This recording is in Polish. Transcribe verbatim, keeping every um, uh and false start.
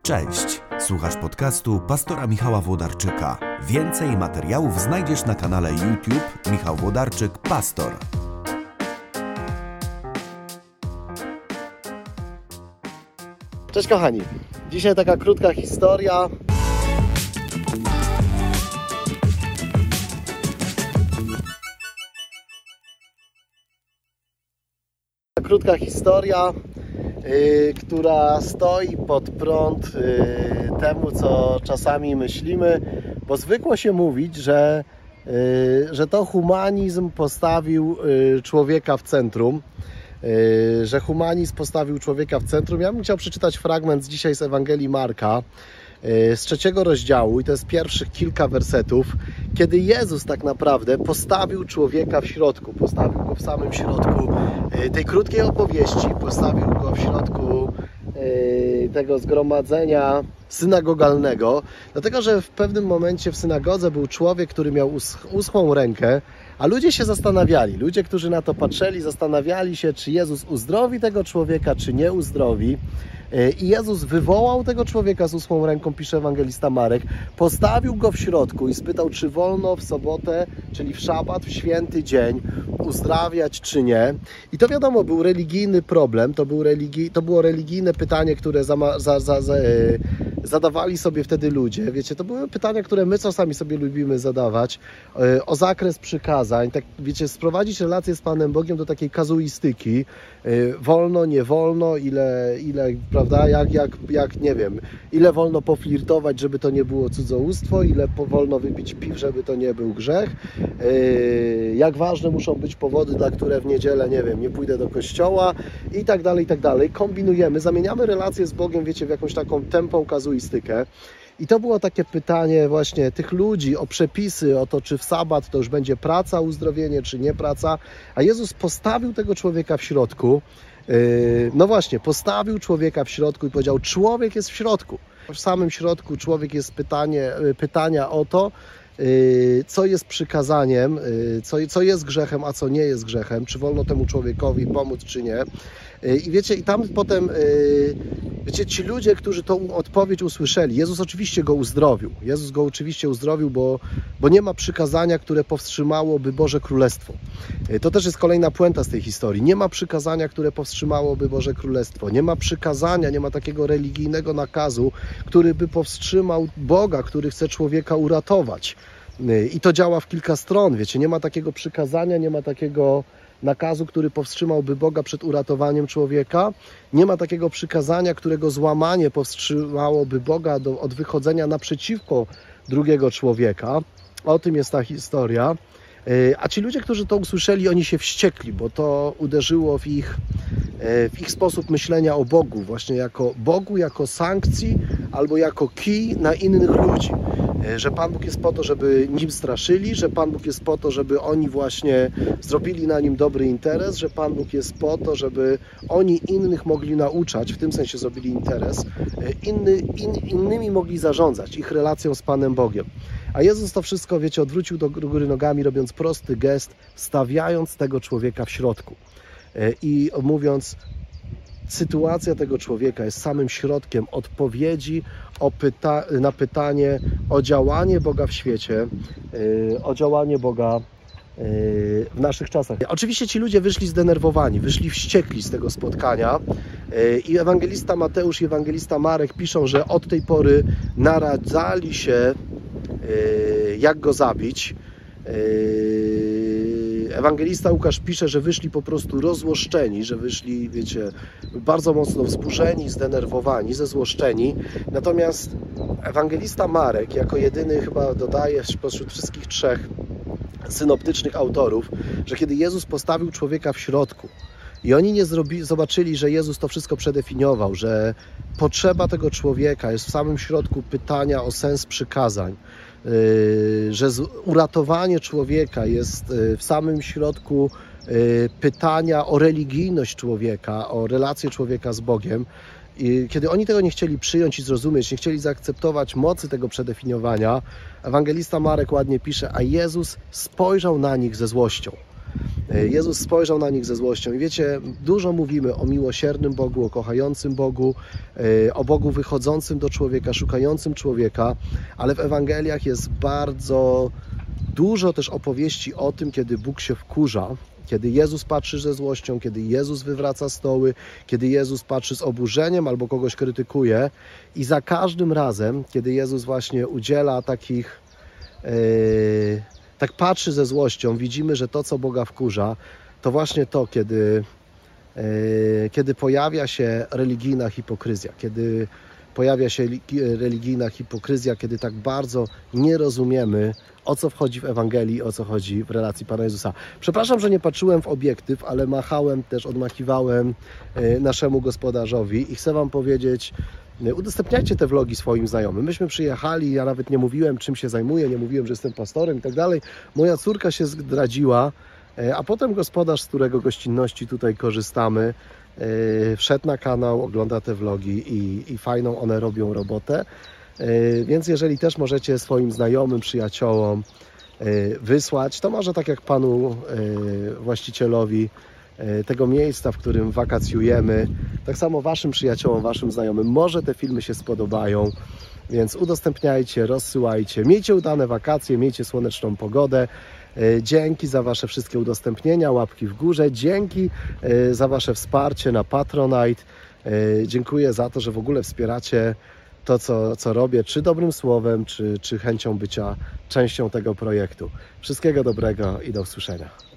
Cześć, słuchasz podcastu pastora Michała Włodarczyka. Więcej materiałów znajdziesz na kanale YouTube Michał Włodarczyk Pastor. Cześć kochani, dzisiaj taka krótka historia. Krótka historia, yy, która stoi pod prąd yy, temu, co czasami myślimy, bo zwykło się mówić, że, yy, że to humanizm postawił yy, człowieka w centrum, yy, że humanizm postawił człowieka w centrum. Ja bym chciał przeczytać fragment dzisiaj z Ewangelii Marka, z trzeciego rozdziału, i to jest pierwszych kilka wersetów, kiedy Jezus tak naprawdę postawił człowieka w środku, postawił go w samym środku tej krótkiej opowieści, postawił go w środku tego zgromadzenia synagogalnego, dlatego że w pewnym momencie w synagodze był człowiek, który miał uschłą rękę, a ludzie się zastanawiali, ludzie, którzy na to patrzyli, zastanawiali się, czy Jezus uzdrowi tego człowieka, czy nie uzdrowi. I Jezus wywołał tego człowieka z uschłą ręką, pisze ewangelista Marek, postawił go w środku i spytał, czy wolno w sobotę, czyli w szabat, w święty dzień uzdrawiać, czy nie. I to wiadomo, był religijny problem, to, był religi... to było religijne pytanie, które za... Za... Za... Za... zadawali sobie wtedy ludzie. Wiecie, to były pytania, które my czasami sobie lubimy zadawać, o zakres przykazań, tak, wiecie, sprowadzić relację z Panem Bogiem do takiej kazuistyki, wolno, nie wolno, ile, ile prawda, jak, jak, jak, nie wiem, ile wolno poflirtować, żeby to nie było cudzołóstwo, ile wolno wypić piw, żeby to nie był grzech, jak ważne muszą być powody, dla które w niedzielę, nie wiem, nie pójdę do kościoła i tak dalej, i tak dalej. Kombinujemy, zamieniamy relację z Bogiem, wiecie, w jakąś taką tępą kazuistykę. I to było takie pytanie właśnie tych ludzi o przepisy, o to, czy w sabat to już będzie praca, uzdrowienie, czy nie praca. A Jezus postawił tego człowieka w środku. No właśnie, postawił człowieka w środku i powiedział, człowiek jest w środku. W samym środku człowiek jest pytanie, pytania o to, co jest przykazaniem, co, co jest grzechem, a co nie jest grzechem, czy wolno temu człowiekowi pomóc, czy nie. I wiecie, i tam potem, wiecie, ci ludzie, którzy tą odpowiedź usłyszeli, Jezus oczywiście go uzdrowił. Jezus go oczywiście uzdrowił, bo, bo nie ma przykazania, które powstrzymałoby Boże Królestwo. To też jest kolejna puenta z tej historii. Nie ma przykazania, które powstrzymałoby Boże Królestwo. Nie ma przykazania, nie ma takiego religijnego nakazu, który by powstrzymał Boga, który chce człowieka uratować. I to działa w kilka stron, wiecie, nie ma takiego przykazania, nie ma takiego nakazu, który powstrzymałby Boga przed uratowaniem człowieka. Nie ma takiego przykazania, którego złamanie powstrzymałoby Boga do, od wychodzenia naprzeciwko drugiego człowieka. O tym jest ta historia. A ci ludzie, którzy to usłyszeli, oni się wściekli, bo to uderzyło w ich, w ich sposób myślenia o Bogu, właśnie jako Bogu, jako sankcji albo jako kij na innych ludzi. Że Pan Bóg jest po to, żeby nim straszyli, że Pan Bóg jest po to, żeby oni właśnie zrobili na nim dobry interes, że Pan Bóg jest po to, żeby oni innych mogli nauczać, w tym sensie zrobili interes, inny, in, innymi mogli zarządzać ich relacją z Panem Bogiem. A Jezus to wszystko, wiecie, odwrócił do góry nogami, robiąc prosty gest, stawiając tego człowieka w środku i mówiąc, sytuacja tego człowieka jest samym środkiem odpowiedzi o pyta na pytanie o działanie Boga w świecie, yy, o działanie Boga yy, w naszych czasach. Oczywiście ci ludzie wyszli zdenerwowani, wyszli wściekli z tego spotkania yy, i ewangelista Mateusz i ewangelista Marek piszą, że od tej pory naradzali się, yy, jak go zabić. Yy, Ewangelista Łukasz pisze, że wyszli po prostu rozłoszczeni, że wyszli, wiecie, bardzo mocno wzburzeni, zdenerwowani, zezłoszczeni. Natomiast ewangelista Marek, jako jedyny chyba dodaje spośród wszystkich trzech synoptycznych autorów, że kiedy Jezus postawił człowieka w środku i oni nie zrobi, zobaczyli, że Jezus to wszystko przedefiniował, że potrzeba tego człowieka jest w samym środku pytania o sens przykazań, że uratowanie człowieka jest w samym środku pytania o religijność człowieka, o relację człowieka z Bogiem. I kiedy oni tego nie chcieli przyjąć i zrozumieć, nie chcieli zaakceptować mocy tego przedefiniowania, ewangelista Marek ładnie pisze, a Jezus spojrzał na nich ze złością. Jezus spojrzał na nich ze złością. I wiecie, dużo mówimy o miłosiernym Bogu, o kochającym Bogu, o Bogu wychodzącym do człowieka, szukającym człowieka, ale w Ewangeliach jest bardzo dużo też opowieści o tym, kiedy Bóg się wkurza, kiedy Jezus patrzy ze złością, kiedy Jezus wywraca stoły, kiedy Jezus patrzy z oburzeniem albo kogoś krytykuje. I za każdym razem, kiedy Jezus właśnie udziela takich, yy, tak patrzy ze złością, widzimy, że to, co Boga wkurza, to właśnie to, kiedy, yy, kiedy pojawia się religijna hipokryzja, kiedy pojawia się religijna hipokryzja, kiedy tak bardzo nie rozumiemy, o co wchodzi w Ewangelii, o co chodzi w relacji Pana Jezusa. Przepraszam, że nie patrzyłem w obiektyw, ale machałem też, odmachiwałem naszemu gospodarzowi i chcę Wam powiedzieć, udostępniajcie te vlogi swoim znajomym. Myśmy przyjechali, ja nawet nie mówiłem, czym się zajmuję, nie mówiłem, że jestem pastorem i tak dalej. Moja córka się zdradziła, a potem gospodarz, z którego gościnności tutaj korzystamy, wszedł na kanał, ogląda te vlogi i, i fajną one robią robotę. Więc jeżeli też możecie swoim znajomym, przyjaciołom wysłać, to może tak jak Panu właścicielowi tego miejsca, w którym wakacjujemy, tak samo Waszym przyjaciołom, Waszym znajomym, może te filmy się spodobają, więc udostępniajcie, rozsyłajcie. Miejcie udane wakacje, miejcie słoneczną pogodę. Dzięki za Wasze wszystkie udostępnienia, łapki w górze, dzięki za Wasze wsparcie na Patronite. Dziękuję za to, że w ogóle wspieracie to, co, co robię, czy dobrym słowem, czy, czy chęcią bycia częścią tego projektu. Wszystkiego dobrego i do usłyszenia.